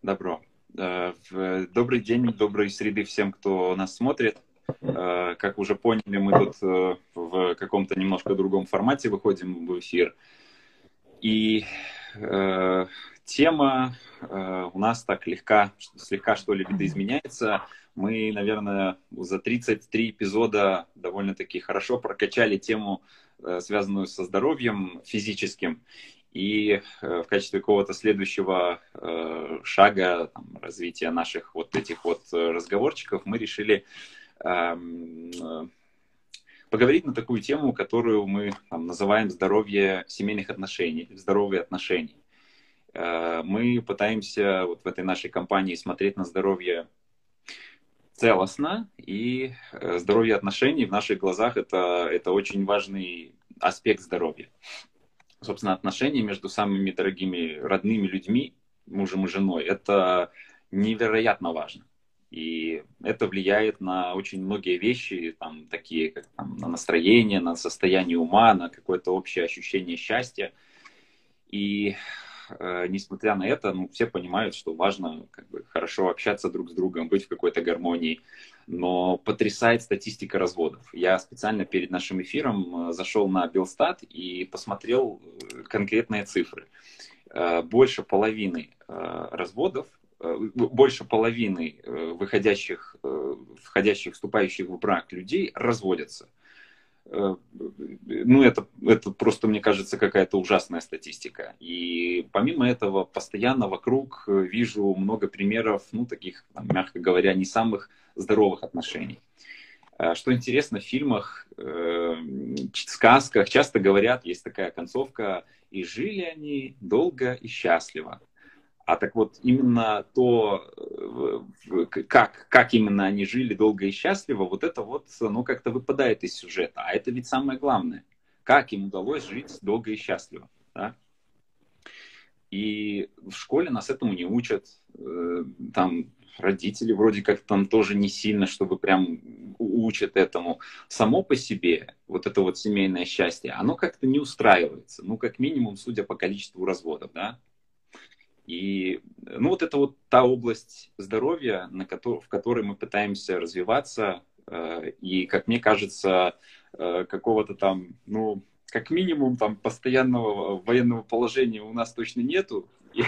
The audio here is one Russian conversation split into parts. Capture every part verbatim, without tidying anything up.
Добро. Э, в- Добрый день, доброй среды всем, кто нас смотрит. Э, Как уже поняли, мы тут э, в каком-то немножко другом формате выходим в эфир. И э, тема э, у нас так легка, слегка что ли видоизменяется. Мы, наверное, за тридцать три эпизода довольно-таки хорошо прокачали тему, э, связанную со здоровьем физическим. И э, в качестве какого-то следующего э, шага там, развития наших вот этих вот э, разговорчиков мы решили эм, э, поговорить на такую тему, которую мы там, называем здоровье семейных отношений, здоровые отношения. Э, Мы пытаемся вот в этой нашей компании смотреть на здоровье целостно, и э, здоровье отношений в наших глазах это, это очень важный аспект здоровья. Собственно, отношения между самыми дорогими родными людьми, мужем и женой, это невероятно важно. И это влияет на очень многие вещи, там, такие как там, на настроение, на состояние ума, на какое-то общее ощущение счастья. И э, несмотря на это, ну, все понимают, что важно как бы, хорошо общаться друг с другом, быть в какой-то гармонии. Но потрясает статистика разводов. Я специально перед нашим эфиром э, зашел на Белстат и посмотрел э, конкретные цифры. Э, больше половины э, разводов, э, больше половины э, выходящих, э, входящих, вступающих в брак людей разводятся. Ну, это, это просто, мне кажется, какая-то ужасная статистика. И помимо этого, постоянно вокруг вижу много примеров, ну, таких, там, мягко говоря, не самых здоровых отношений. Что интересно, в фильмах, э, сказках часто говорят, есть такая концовка, и жили они долго и счастливо. А так вот, именно то, как, как именно они жили долго и счастливо, вот это вот, оно как-то выпадает из сюжета. А это ведь самое главное. Как им удалось жить долго и счастливо. Да? И в школе нас этому не учат. Там родители вроде как там тоже не сильно, чтобы прям учат этому. Само по себе вот это вот семейное счастье, оно как-то не устраивается. Ну, как минимум, судя по количеству разводов, да. И ну, вот это вот та область здоровья, на ко- в которой мы пытаемся развиваться. э, И, как мне кажется, э, какого-то там, ну, как минимум, там, постоянного военного положения у нас точно нету. И,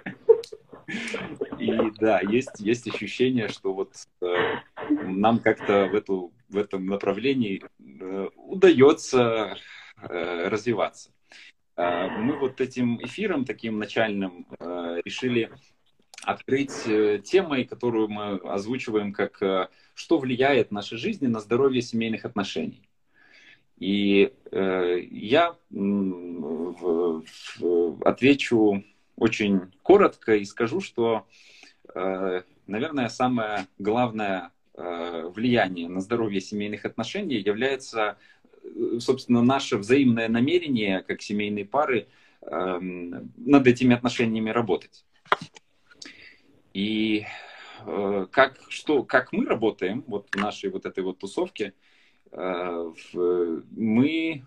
и да, есть, есть ощущение, что вот э, нам как-то в, эту, в этом направлении э, удается э, развиваться. Э, Мы вот этим эфиром таким начальным э, решили открыть э, темой, которую мы озвучиваем как э, «Что влияет в нашей жизни на здоровье семейных отношений?». И э, я м, в- в- отвечу очень коротко и скажу, что, э, наверное, самое главное э, влияние на здоровье семейных отношений является, э, собственно, наше взаимное намерение, как семейные пары, эм, над этими отношениями работать. И э, как, что, как мы работаем вот в нашей вот этой вот тусовке, э, в- мы,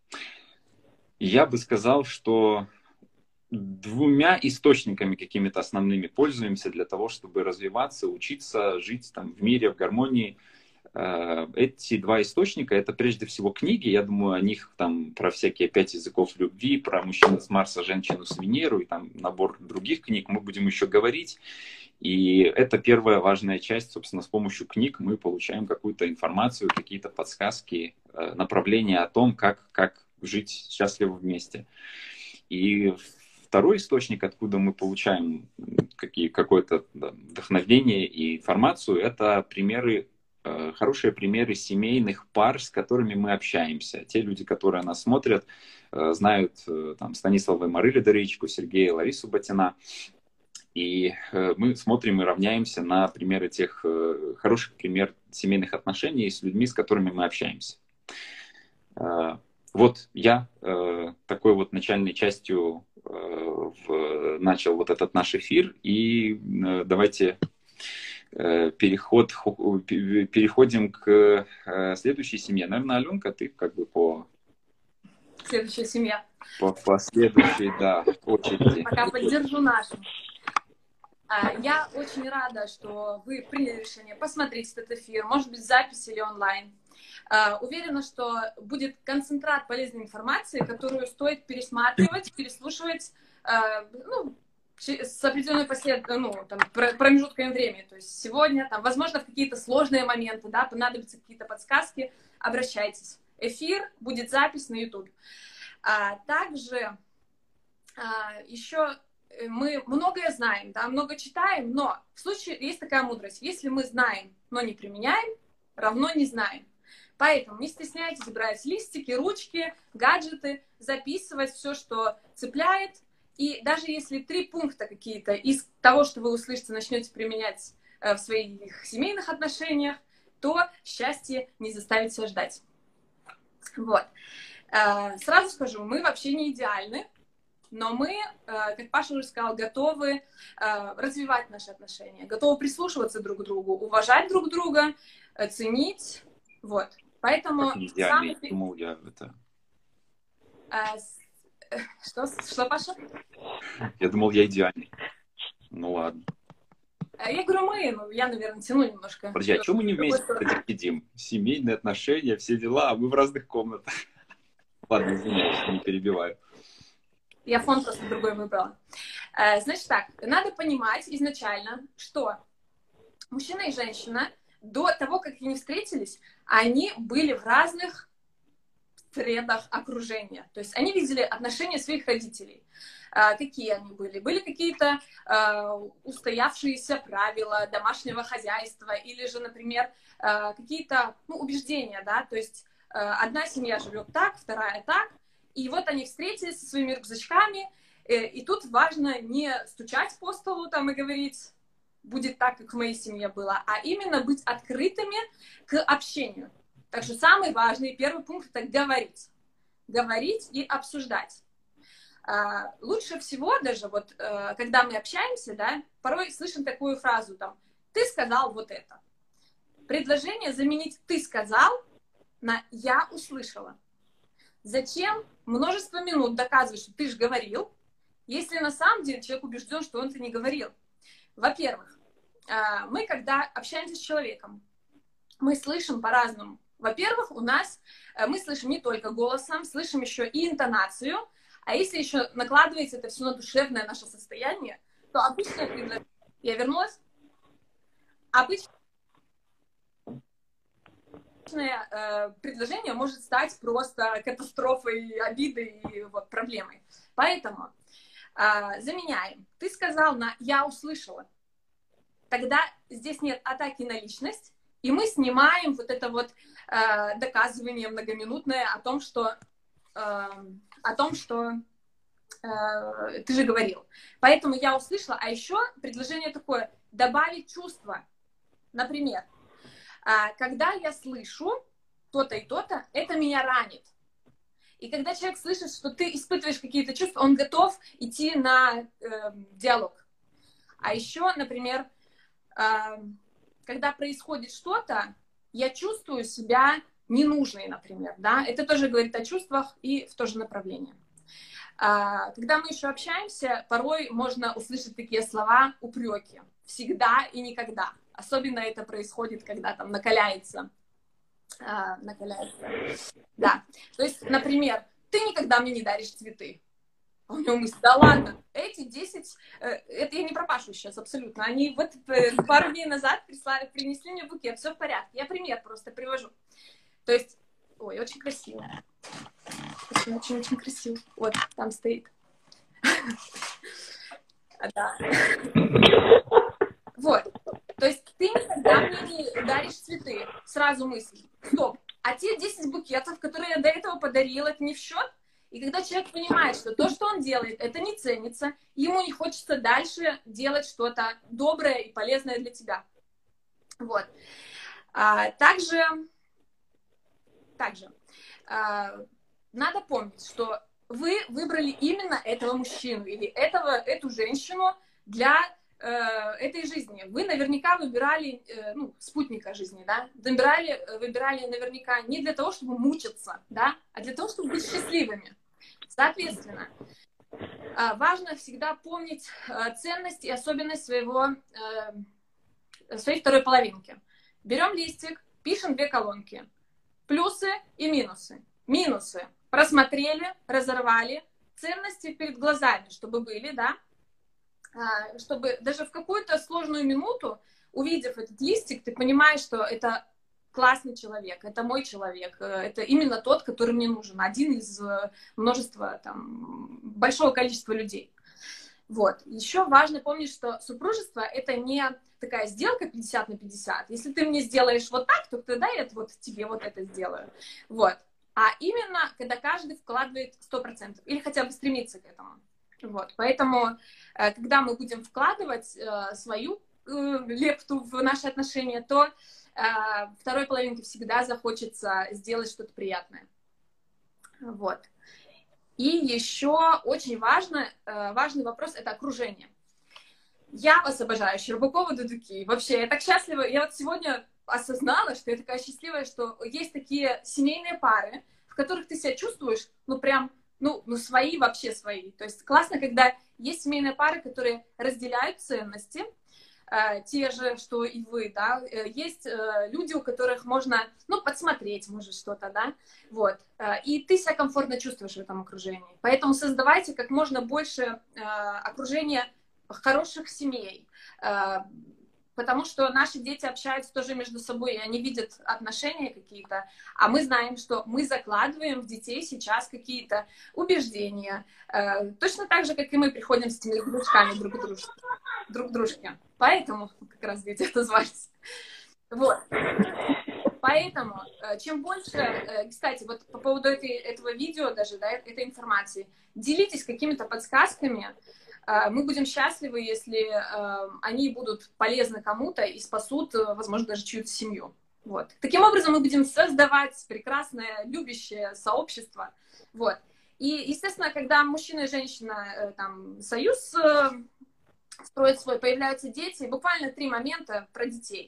я бы сказал, что двумя источниками какими-то основными пользуемся для того, чтобы развиваться, учиться, жить там в мире, в гармонии. Э, Эти два источника — это прежде всего книги. Я думаю, о них там про всякие пять языков любви, про мужчину с Марса, женщину с Венеру и там набор других книг мы будем еще говорить. И это первая важная часть. Собственно, с помощью книг мы получаем какую-то информацию, какие-то подсказки, э, направления о том, как, как жить счастливо вместе. И второй источник, откуда мы получаем какие, какое-то да, вдохновение и информацию, это примеры, э, хорошие примеры семейных пар, с которыми мы общаемся. Те люди, которые нас смотрят, э, знают э, там, Станислава Марыля-Доречку, Сергея и Ларису Батина. И э, мы смотрим и равняемся на примеры тех э, хороших пример семейных отношений с людьми, с которыми мы общаемся. Э, вот я э, такой вот начальной частью э, в, начал вот этот наш эфир. И э, давайте э, переход, ху- пе- переходим к э, следующей семье. Наверное, Аленка, ты как бы по, Следующая семья. по, по следующей, да, очереди. Пока поддержу нашу. А, Я очень рада, что вы приняли решение посмотреть этот эфир, может быть, в записи или онлайн. А, Уверена, что будет концентрат полезной информации, которую стоит пересматривать, переслушивать, а, ну, ч- с определенной послед... ну, там, про- промежутками времени. То есть сегодня, там, возможно, в какие-то сложные моменты, да, понадобятся какие-то подсказки, обращайтесь. Эфир, будет запись на YouTube. А также а, еще мы многое знаем, да, много читаем, но в случае есть такая мудрость: если мы знаем, но не применяем, равно не знаем. Поэтому не стесняйтесь брать листики, ручки, гаджеты, записывать все, что цепляет. И даже если три пункта какие-то из того, что вы услышите, начнете применять в своих семейных отношениях, то счастье не заставит себя ждать. Вот. Сразу скажу, мы вообще не идеальны, но мы, как Паша уже сказал, готовы развивать наши отношения, готовы прислушиваться друг к другу, уважать друг друга, ценить. Вот. Поэтому... Как не идеально, я думал, я это... Что, что, Паша? Я думал, я идеальный. Ну ладно. Я говорю, мы, ну, я, наверное, тяну немножко. Подожди, а что мы не вместе кстати, сидим? Семейные отношения, все дела, а мы в разных комнатах. Ладно, извиняюсь, не перебиваю. Я фон просто другой выбрала. Значит так, надо понимать изначально, что мужчина и женщина до того, как они встретились, они были в разных средах окружения. То есть они видели отношения своих родителей. Какие они были? Были какие-то устоявшиеся правила домашнего хозяйства или же, например, какие-то ну, убеждения, да, то есть одна семья живет так, вторая так, и вот они встретились со своими рюкзачками, и тут важно не стучать по столу там и говорить, будет так, как в моей семье было, а именно быть открытыми к общению. Так что самый важный первый пункт — это говорить. Говорить и обсуждать. Лучше всего даже вот, когда мы общаемся, да, порой слышим такую фразу там: «Ты сказал вот это». Предложение заменить «ты сказал» на «я услышала». Зачем множество минут доказывать, что ты же говорил, если на самом деле человек убежден, что он это не говорил? Во-первых, мы, когда общаемся с человеком, мы слышим по-разному. Во-первых, у нас мы слышим не только голосом, слышим еще и интонацию, а если еще накладывается это все на душевное наше состояние, то обычное предложение... Я вернулась? Обычное э, предложение может стать просто катастрофой, обидой и вот, проблемой. Поэтому э, заменяем. Ты сказал на «я услышала». Тогда здесь нет атаки на личность, и мы снимаем вот это вот э, доказывание многоминутное о том, что, э, о том, что э, ты же говорил. Поэтому я услышала. А еще предложение такое: добавить чувства. Например, э, когда я слышу то-то и то-то, это меня ранит. И когда человек слышит, что ты испытываешь какие-то чувства, он готов идти на э, диалог. А еще, например, э, когда происходит что-то, я чувствую себя ненужной, например, да, это тоже говорит о чувствах и в то же направление. А, когда мы еще общаемся, порой можно услышать такие слова упреки: всегда и никогда. Особенно это происходит, когда там накаляется, а, накаляется, да. То есть, например, ты никогда мне не даришь цветы. А у него мысль: да ладно, эти десять, э, это я не про Пашу сейчас абсолютно, они вот э, пару дней назад прислали, принесли мне букет, все в порядке. Я пример просто привожу. То есть, ой, очень красиво. Очень-очень красиво. Вот, там стоит. Да. Вот. То есть ты никогда мне не даришь цветы. Сразу мысль: стоп, а те десять букетов, которые я до этого подарила, это не в счет? И когда человек понимает, что то, что он делает, это не ценится, ему не хочется дальше делать что-то доброе и полезное для тебя. Вот. А, также, также а, надо помнить, что вы выбрали именно этого мужчину или этого, эту женщину для э, этой жизни. Вы наверняка выбирали э, ну, спутника жизни, да? Выбирали, выбирали наверняка не для того, чтобы мучиться, да? А для того, чтобы быть счастливыми. Соответственно, Важно всегда помнить ценность и особенность своего, своей второй половинки. Берем листик, пишем две колонки. Плюсы и минусы. Минусы. Просмотрели, разорвали. Ценности перед глазами, чтобы были, да? Чтобы даже в какую-то сложную минуту, увидев этот листик, ты понимаешь, что это классный человек, это мой человек, это именно тот, который мне нужен, один из множества, там, большого количества людей. Вот. Еще важно помнить, что супружество — это не такая сделка пятьдесят на пятьдесят. Если ты мне сделаешь вот так, то тогда я вот тебе вот это сделаю. Вот. А именно, когда каждый вкладывает сто процентов или хотя бы стремится к этому. Вот. Поэтому, когда мы будем вкладывать свою лепту в наши отношения, то второй половинке всегда захочется сделать что-то приятное. Вот. И еще очень важно, важный вопрос — это окружение. Я вас обожаю, Щербакова, Дудуки. Вообще, я так счастлива. Я вот сегодня осознала, что я такая счастливая, что есть такие семейные пары, в которых ты себя чувствуешь, ну, прям, ну, ну свои, вообще свои. То есть классно, когда есть семейные пары, которые разделяют ценности, те же, что и вы, да, есть люди, у которых можно, ну, подсмотреть, может, что-то, да, вот, и ты себя комфортно чувствуешь в этом окружении, поэтому создавайте как можно больше окружения хороших семей, потому что наши дети общаются тоже между собой, и они видят отношения какие-то, а мы знаем, что мы закладываем в детей сейчас какие-то убеждения, точно так же, как и мы приходим с этими игрушками друг к дружке. друг дружке. Поэтому как раз дети отозвались. Вот. Поэтому, чем больше, кстати, вот по поводу этой, этого видео даже, да, этой информации, делитесь какими-то подсказками. Мы будем счастливы, если они будут полезны кому-то и спасут, возможно, даже чью-то семью. Вот. Таким образом, мы будем создавать прекрасное, любящее сообщество. Вот. И, естественно, когда мужчина и женщина, там, союз строят свой, появляются дети, буквально три момента про детей.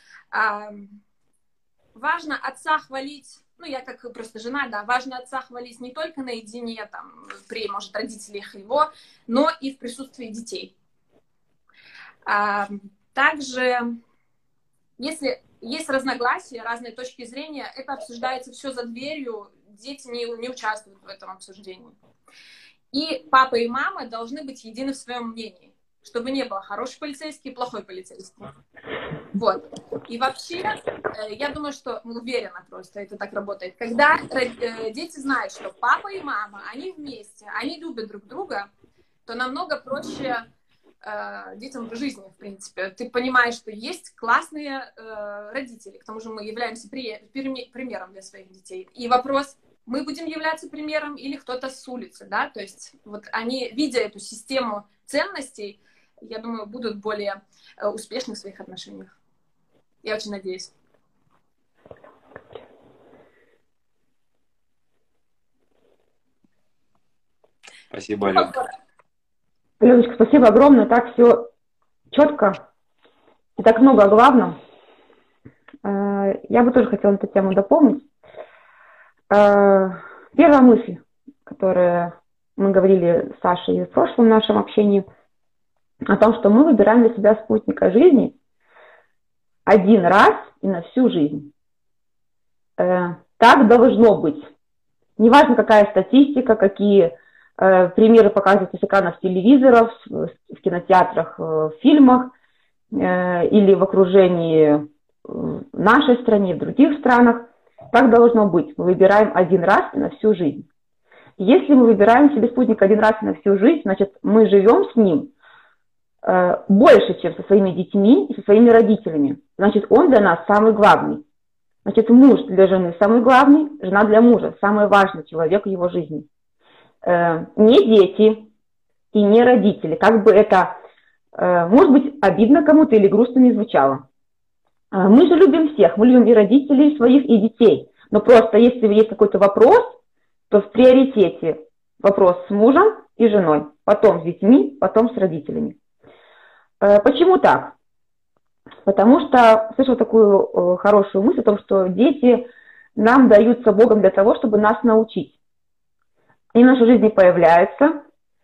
Важно отца хвалить, ну, я как просто жена, да, важно отца хвалить не только наедине, там, при, может, родителях его, но и в присутствии детей. А, также, если есть разногласия, разные точки зрения, это обсуждается все за дверью, дети не, не участвуют в этом обсуждении. И папа и мама должны быть едины в своем мнении, чтобы не было хороший полицейский и плохой полицейский. Вот. И вообще, я думаю, что, уверена просто, это так работает. Когда дети знают, что папа и мама, они вместе, они любят друг друга, то намного проще э, детям в жизни, в принципе. Ты понимаешь, что есть классные э, родители, к тому же мы являемся при, при, примером для своих детей. И вопрос, мы будем являться примером или кто-то с улицы, да? То есть вот они, видя эту систему ценностей, я думаю, будут более э, успешны в своих отношениях. Я очень надеюсь. Спасибо, Алена. Леночка, спасибо огромное. Так все четко и так много о главном. Я бы тоже хотела эту тему дополнить. Первая мысль, которую мы говорили с Сашей в прошлом нашем общении, о том, что мы выбираем для себя спутника жизни один раз и на всю жизнь. Так должно быть. Неважно, какая статистика, какие э, примеры показываются с экранов телевизоров, в, в кинотеатрах, в фильмах э, или в окружении в нашей стране, в других странах. Так должно быть. Мы выбираем один раз и на всю жизнь. Если мы выбираем себе спутника один раз и на всю жизнь, значит, мы живем с ним э, больше, чем со своими детьми и со своими родителями. Значит, он для нас самый главный. Значит, муж для жены самый главный, жена для мужа самый важный человек в его жизни. Э, не дети и не родители. Как бы это, э, может быть, обидно кому-то или грустно не звучало. Э, мы же любим всех. Мы любим и родителей своих, и детей. Но просто если есть какой-то вопрос, то в приоритете вопрос с мужем и женой. Потом с детьми, потом с родителями. Э, почему так? Потому что слышала такую э, хорошую мысль о том, что дети нам даются Богом для того, чтобы нас научить. Они в нашей жизни появляются,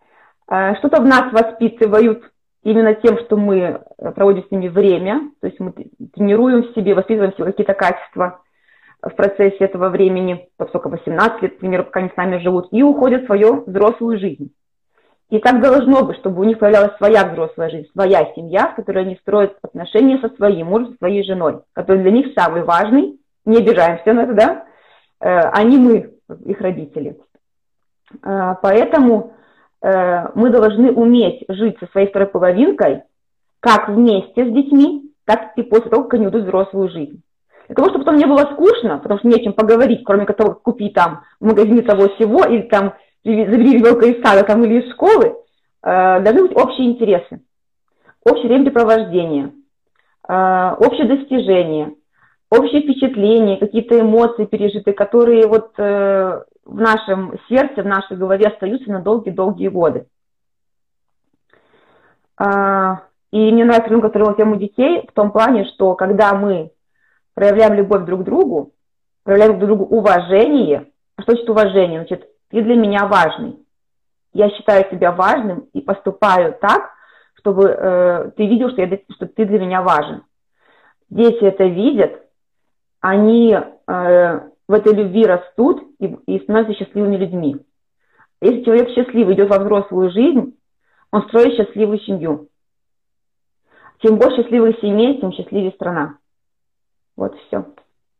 Что-то в нас воспитывают именно тем, что мы проводим с ними время, то есть мы тренируем в себе, воспитываем в себе какие-то качества в процессе этого времени, поскольку восемнадцать лет, к примеру, пока они с нами живут, и уходят в свою взрослую жизнь. И так должно быть, чтобы у них появлялась своя взрослая жизнь, своя семья, в которой они строят отношения со своим мужем, со своей женой, который для них самый важный, не обижаемся на это, да, а не мы, их родители. Поэтому мы должны уметь жить со своей второй половинкой как вместе с детьми, так и после того, как они уйдут в взрослую жизнь. Для того, чтобы потом не было скучно, потому что не о чем поговорить, кроме того, как купить там в магазине того-сего, или там забери ребенка из сада там, или из школы, э, должны быть общие интересы, общее времяпрепровождение, э, общее достижение, общее впечатление, какие-то эмоции пережитые, которые вот э, в нашем сердце, в нашей голове остаются на долгие-долгие годы. Э, и мне нравится, который говорил тему детей в том плане, что когда мы проявляем любовь друг к другу, проявляем друг к другу уважение, а что значит уважение? Значит, ты для меня важный. Я считаю тебя важным и поступаю так, чтобы э, ты видел, что, я, что ты для меня важен. Дети это видят, они э, в этой любви растут и, и становятся счастливыми людьми. Если человек счастливый идет во взрослую жизнь, он строит счастливую семью. Чем больше счастливых семей, тем счастливее страна. Вот и все.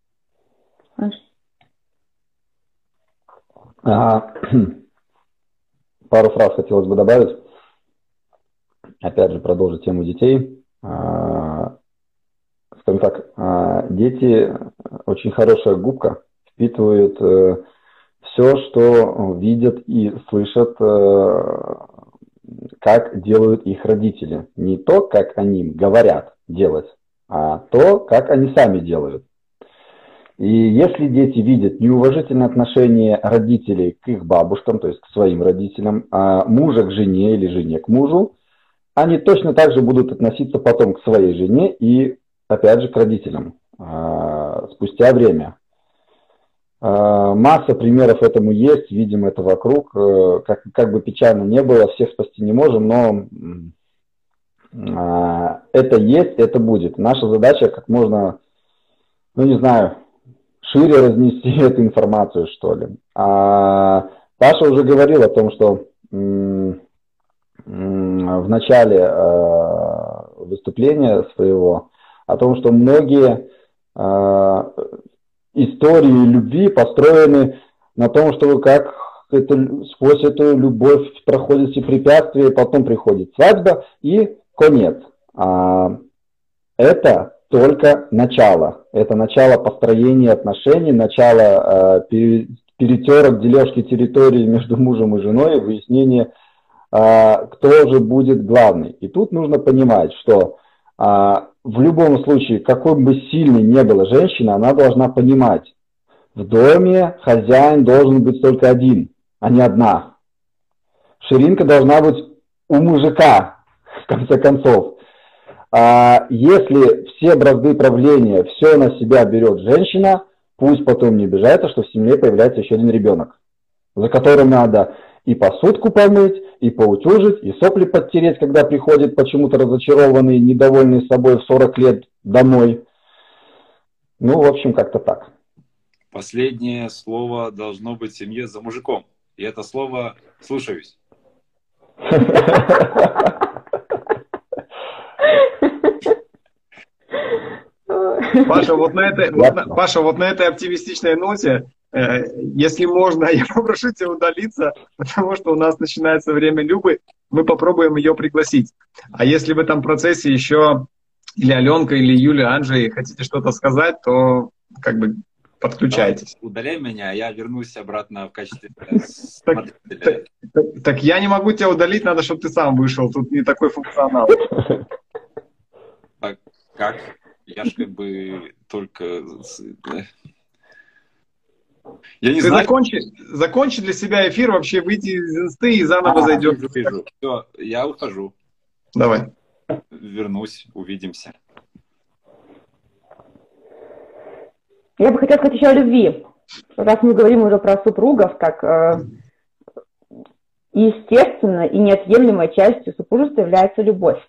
А, пару фраз хотелось бы добавить. Опять же, продолжить тему детей. А, скажем так, а, дети очень хорошая губка, впитывают а, все, что видят и слышат, а, как делают их родители. Не то, как они говорят делать, а то, как они сами делают. И если дети видят неуважительное отношение родителей к их бабушкам, то есть к своим родителям, а мужа к жене или жене к мужу, они точно так же будут относиться потом к своей жене и, опять же, к родителям спустя время. Масса примеров этому есть, видим это вокруг. Как, как бы печально не было, всех спасти не можем, но это есть, это будет. Наша задача как можно, ну не знаю, шире разнести эту информацию, что ли. А Паша уже говорил о том, что м- м- в начале э- выступления своего, о том, что многие э- истории любви построены на том, что как это, сквозь эту любовь проходят все препятствия, и потом приходит свадьба и конец. А это только начало. Это начало построения отношений, начало э, перетерок, дележки территории между мужем и женой, выяснение, э, кто же будет главный. И тут нужно понимать, что э, в любом случае, какой бы сильной ни была женщина, она должна понимать, в доме хозяин должен быть только один, а не одна. Ширинка должна быть у мужика, в конце концов. А если все бразды правления, все на себя берет женщина, пусть потом не обижается, что в семье появляется еще один ребенок, за которым надо и посудку помыть, и поутюжить, и сопли подтереть, когда приходит почему-то разочарованный, недовольный собой в сорок лет домой. Ну, в общем, как-то так. Последнее слово должно быть в семье за мужиком. И это слово «слушаюсь». Паша, вот на этой, вот на, Паша, вот на этой оптимистичной ноте, э, если можно, я попрошу тебя удалиться, потому что у нас начинается время Любы, мы попробуем ее пригласить. А если в этом процессе еще или Аленка, или Юля, Анджей хотите что-то сказать, то как бы подключайтесь. Давай, удаляй меня, а я вернусь обратно в качестве смотрителя. Так, так, так я не могу тебя удалить, надо, чтобы ты сам вышел, тут не такой функционал. Так, как? Я ж как бы только... Я не Ты знаю. Закончи, закончи для себя эфир, вообще выйти из инсты и заново а, зайдешь. Все, я ухожу. Давай. Вернусь, увидимся. Я бы хотела сказать еще о любви. Раз мы говорим уже про супругов, так э, И, естественно, и неотъемлемой частью супружества является любовь.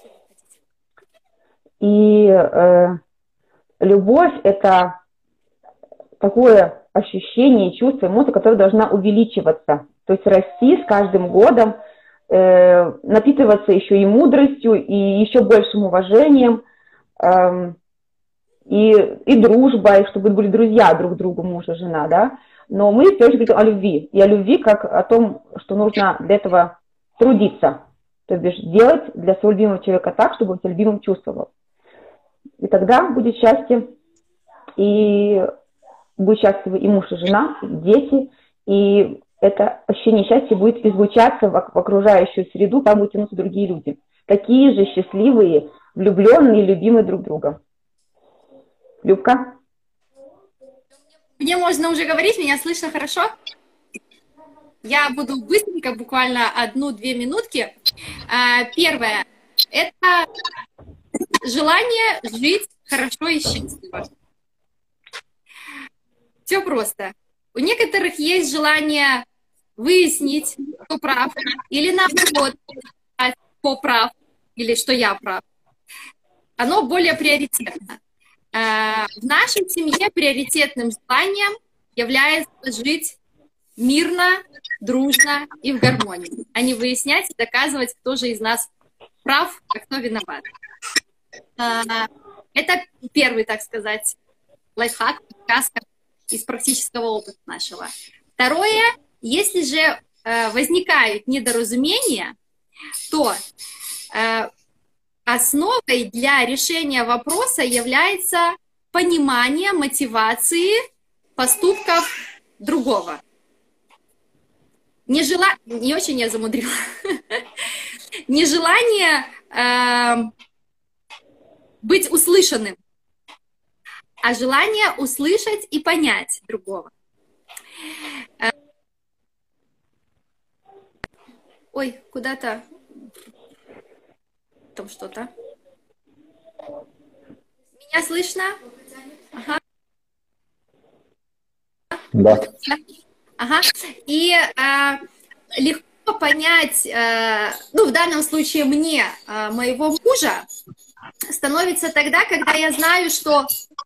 И э, любовь – это такое ощущение, чувство, эмоция, которая должна увеличиваться, то есть расти с каждым годом, э, напитываться еще и мудростью, и еще большим уважением, э, и, и дружбой, чтобы были друзья друг другу, муж и жена, да. Но мы в первую очередь говорим о любви, и о любви как о том, что нужно для этого трудиться, то бишь делать для своего любимого человека так, чтобы он себя любимым чувствовал. И тогда будет счастье, и будет счастливы и муж, и жена, и дети, и это ощущение счастья будет излучаться в окружающую среду, там будут тянуться другие люди. Такие же счастливые, влюбленные, любимые друг друга. Любка? Мне можно уже говорить, меня слышно хорошо? Я буду быстренько, буквально одну-две минутки. Первое. Это желание жить хорошо и счастливо. Все просто. У некоторых есть желание выяснить, кто прав, или наоборот, кто прав, или что я прав. Оно более приоритетно. В нашей семье приоритетным желанием является жить мирно, дружно и в гармонии, а не выяснять и доказывать, кто же из нас прав, а кто виноват. Это первый, так сказать, лайфхак, подсказка из практического опыта нашего. Второе, если же возникают недоразумения, то основой для решения вопроса является понимание мотивации поступков другого. Не, жела... не очень я замудрила. Нежелание э, быть услышанным, а желание услышать и понять другого. Э... Ой, куда-то там что-то. Меня слышно? Ага. Да. Ага. И э, легко понять, э, ну, в данном случае мне, э, моего мужа, становится тогда, когда я знаю, что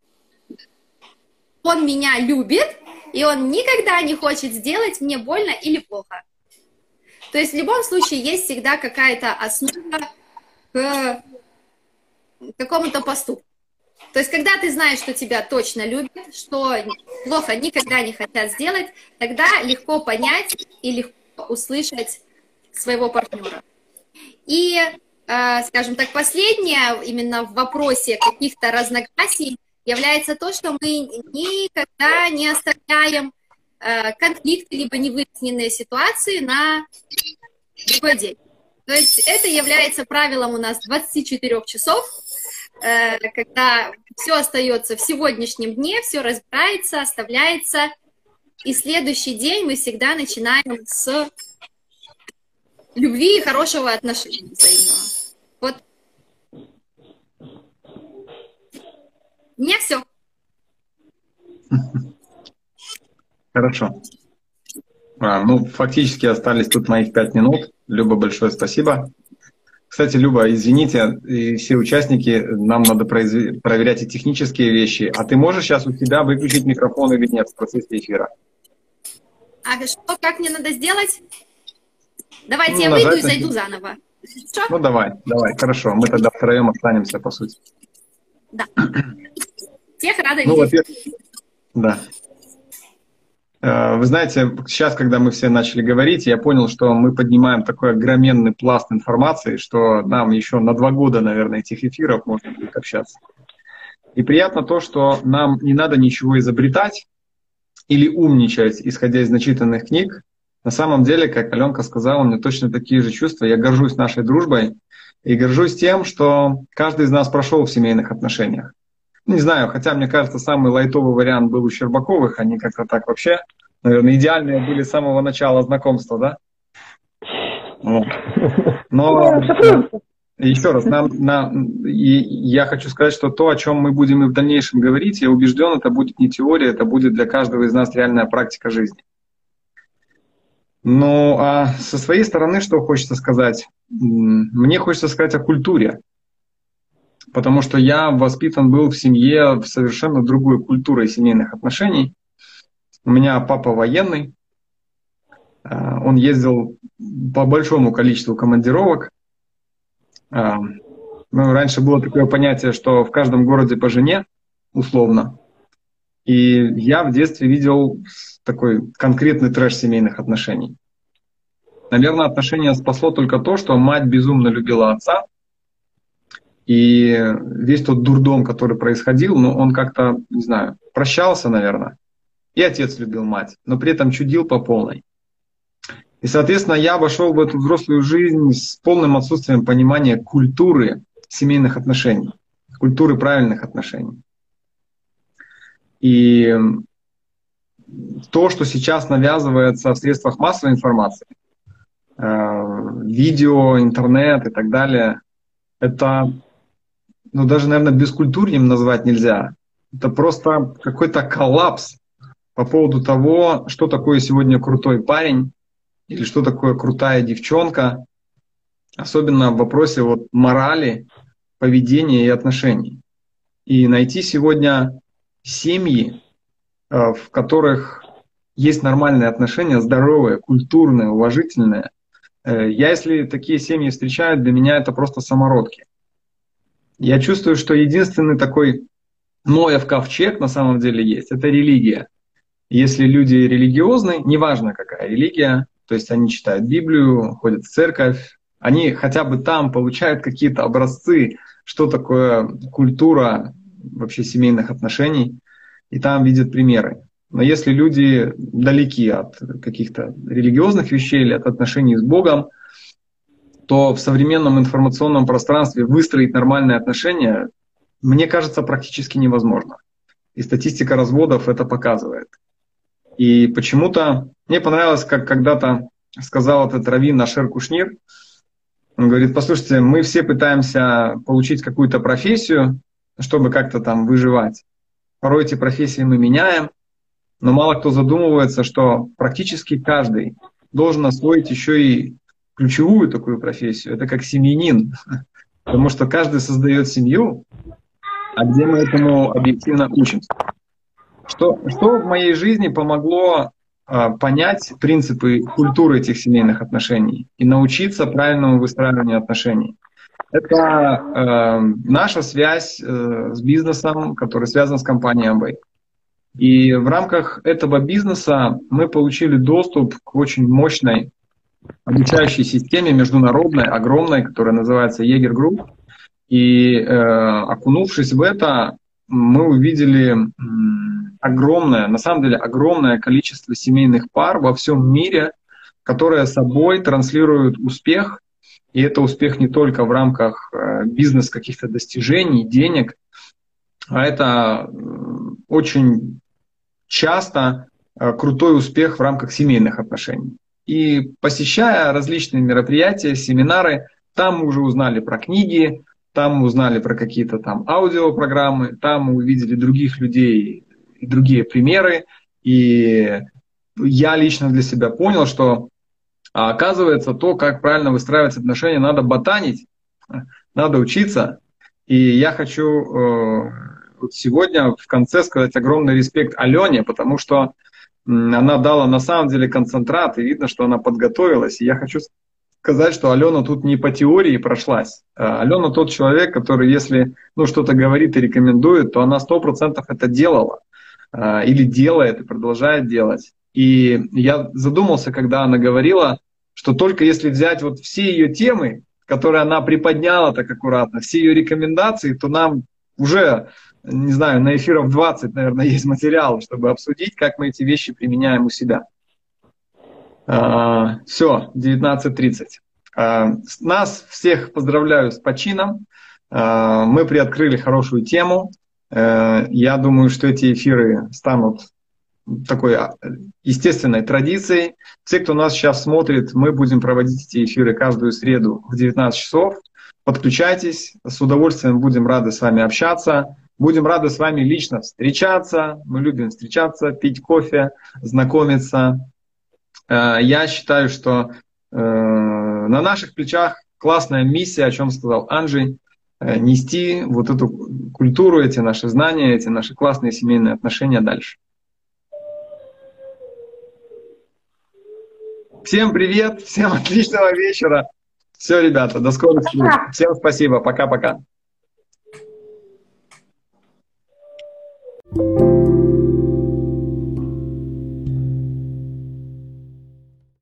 он меня любит, и он никогда не хочет сделать мне больно или плохо. То есть в любом случае есть всегда какая-то основа к какому-то поступку. То есть, когда ты знаешь, что тебя точно любят, что плохо никогда не хотят сделать, тогда легко понять и легко услышать своего партнера. И, э, скажем так, последнее, именно в вопросе каких-то разногласий, является то, что мы никогда не оставляем э, конфликты, либо невыясненные ситуации на другой день. То есть это является правилом у нас двадцати четырёх часов, когда все остается в сегодняшнем дне, все разбирается, оставляется, и следующий день мы всегда начинаем с любви и хорошего отношения взаимного. Вот. У меня все. Хорошо. А, ну, фактически остались тут моих пять минут. Люба, большое спасибо. Кстати, Люба, извините, и все участники, нам надо произв... проверять и технические вещи. А ты можешь сейчас у себя выключить микрофон или нет в процессе эфира? А что, как мне надо сделать? Давайте ну, я выйду и зайду заново. Что? Ну, давай, давай, хорошо. Мы тогда втроем останемся, по сути. Да. Всех рада ну, видеть. Да. Вы знаете, сейчас, когда мы все начали говорить, я понял, что мы поднимаем такой огроменный пласт информации, что нам еще на два года, наверное, этих эфиров можно будет общаться. И приятно то, что нам не надо ничего изобретать или умничать, исходя из начитанных книг. На самом деле, как Аленка сказала, у меня точно такие же чувства. Я горжусь нашей дружбой и горжусь тем, что каждый из нас прошел в семейных отношениях. Не знаю, хотя, мне кажется, самый лайтовый вариант был у Щербаковых. Они как-то так вообще, наверное, идеальные были с самого начала знакомства, да? Вот. Но еще раз, нам, нам, и я хочу сказать, что то, о чем мы будем и в дальнейшем говорить, я убежден, это будет не теория, это будет для каждого из нас реальная практика жизни. Ну, а со своей стороны, что хочется сказать? Мне хочется сказать о культуре. Потому что я воспитан был в семье в совершенно другой культурой семейных отношений. У меня папа военный. Он ездил по большому количеству командировок. Ну, раньше было такое понятие, что в каждом городе по жене, условно. И я в детстве видел такой конкретный трэш семейных отношений. Наверное, отношения спасло только то, что мать безумно любила отца. И весь тот дурдом, который происходил, ну, он как-то, не знаю, прощался, наверное. И отец любил мать, но при этом чудил по полной. И, соответственно, я вошел в эту взрослую жизнь с полным отсутствием понимания культуры семейных отношений, культуры правильных отношений. И то, что сейчас навязывается в средствах массовой информации, видео, интернет и так далее, это, ну, даже, наверное, бескультурьем назвать нельзя. Это просто какой-то коллапс по поводу того, что такое сегодня крутой парень или что такое крутая девчонка, особенно в вопросе вот морали, поведения и отношений. И найти сегодня семьи, в которых есть нормальные отношения, здоровые, культурные, уважительные. Я, если такие семьи встречаю, для меня это просто самородки. Я чувствую, что единственный такой Ноев ковчег на самом деле есть, это религия. Если люди религиозны, неважно какая религия, то есть они читают Библию, ходят в церковь, они хотя бы там получают какие-то образцы, что такое культура вообще семейных отношений, и там видят примеры. Но если люди далеки от каких-то религиозных вещей или от отношений с Богом, то в современном информационном пространстве выстроить нормальные отношения, мне кажется, практически невозможно. И статистика разводов это показывает. И почему-то мне понравилось, как когда-то сказал этот раввин Ашер Кушнир. Он говорит: послушайте, мы все пытаемся получить какую-то профессию, чтобы как-то там выживать. Порой эти профессии мы меняем, но мало кто задумывается, что практически каждый должен освоить еще и ключевую такую профессию. Это как семьянин. Потому что каждый создает семью, а где мы этому объективно учимся. Что, что в моей жизни помогло э, понять принципы культуры этих семейных отношений и научиться правильному выстраиванию отношений? Это э, наша связь э, с бизнесом, который связан с компанией Amway. И в рамках этого бизнеса мы получили доступ к очень мощной обучающей системе международной, огромной, которая называется Jaeger Group. И э, окунувшись в это, мы увидели м, огромное, на самом деле огромное количество семейных пар во всем мире, которые собой транслируют успех. И это успех не только в рамках э, бизнес каких-то достижений, денег, а это э, очень часто э, крутой успех в рамках семейных отношений. И посещая различные мероприятия, семинары, там мы уже узнали про книги, там мы узнали про какие-то там аудиопрограммы, там мы увидели других людей и другие примеры. И я лично для себя понял, что а оказывается, то, как правильно выстраивать отношения, надо ботанить, надо учиться. И я хочу э, вот сегодня в конце сказать огромный респект Алене, потому что она дала на самом деле концентрат, и видно, что она подготовилась. И я хочу сказать, что Алена тут не по теории прошлась. Алена тот человек, который, если ну, что-то говорит и рекомендует, то она сто процентов это делала. Или делает и продолжает делать. И я задумался, когда она говорила, что только если взять вот все ее темы, которые она приподняла так аккуратно, все ее рекомендации, то нам уже, не знаю, на эфиров двадцать, наверное, есть материал, чтобы обсудить, как мы эти вещи применяем у себя. А, все, девятнадцать тридцать. А, нас всех поздравляю с почином. А, мы приоткрыли хорошую тему. А, я думаю, что эти эфиры станут такой естественной традицией. Все, кто нас сейчас смотрит, мы будем проводить эти эфиры каждую среду в девятнадцать часов. Подключайтесь, с удовольствием будем рады с вами общаться. Будем рады с вами лично встречаться. Мы любим встречаться, пить кофе, знакомиться. Я считаю, что на наших плечах классная миссия, о чем сказал Анджей, нести вот эту культуру, эти наши знания, эти наши классные семейные отношения дальше. Всем привет, всем отличного вечера. Все, ребята, до скорых встреч. Всем спасибо, пока-пока.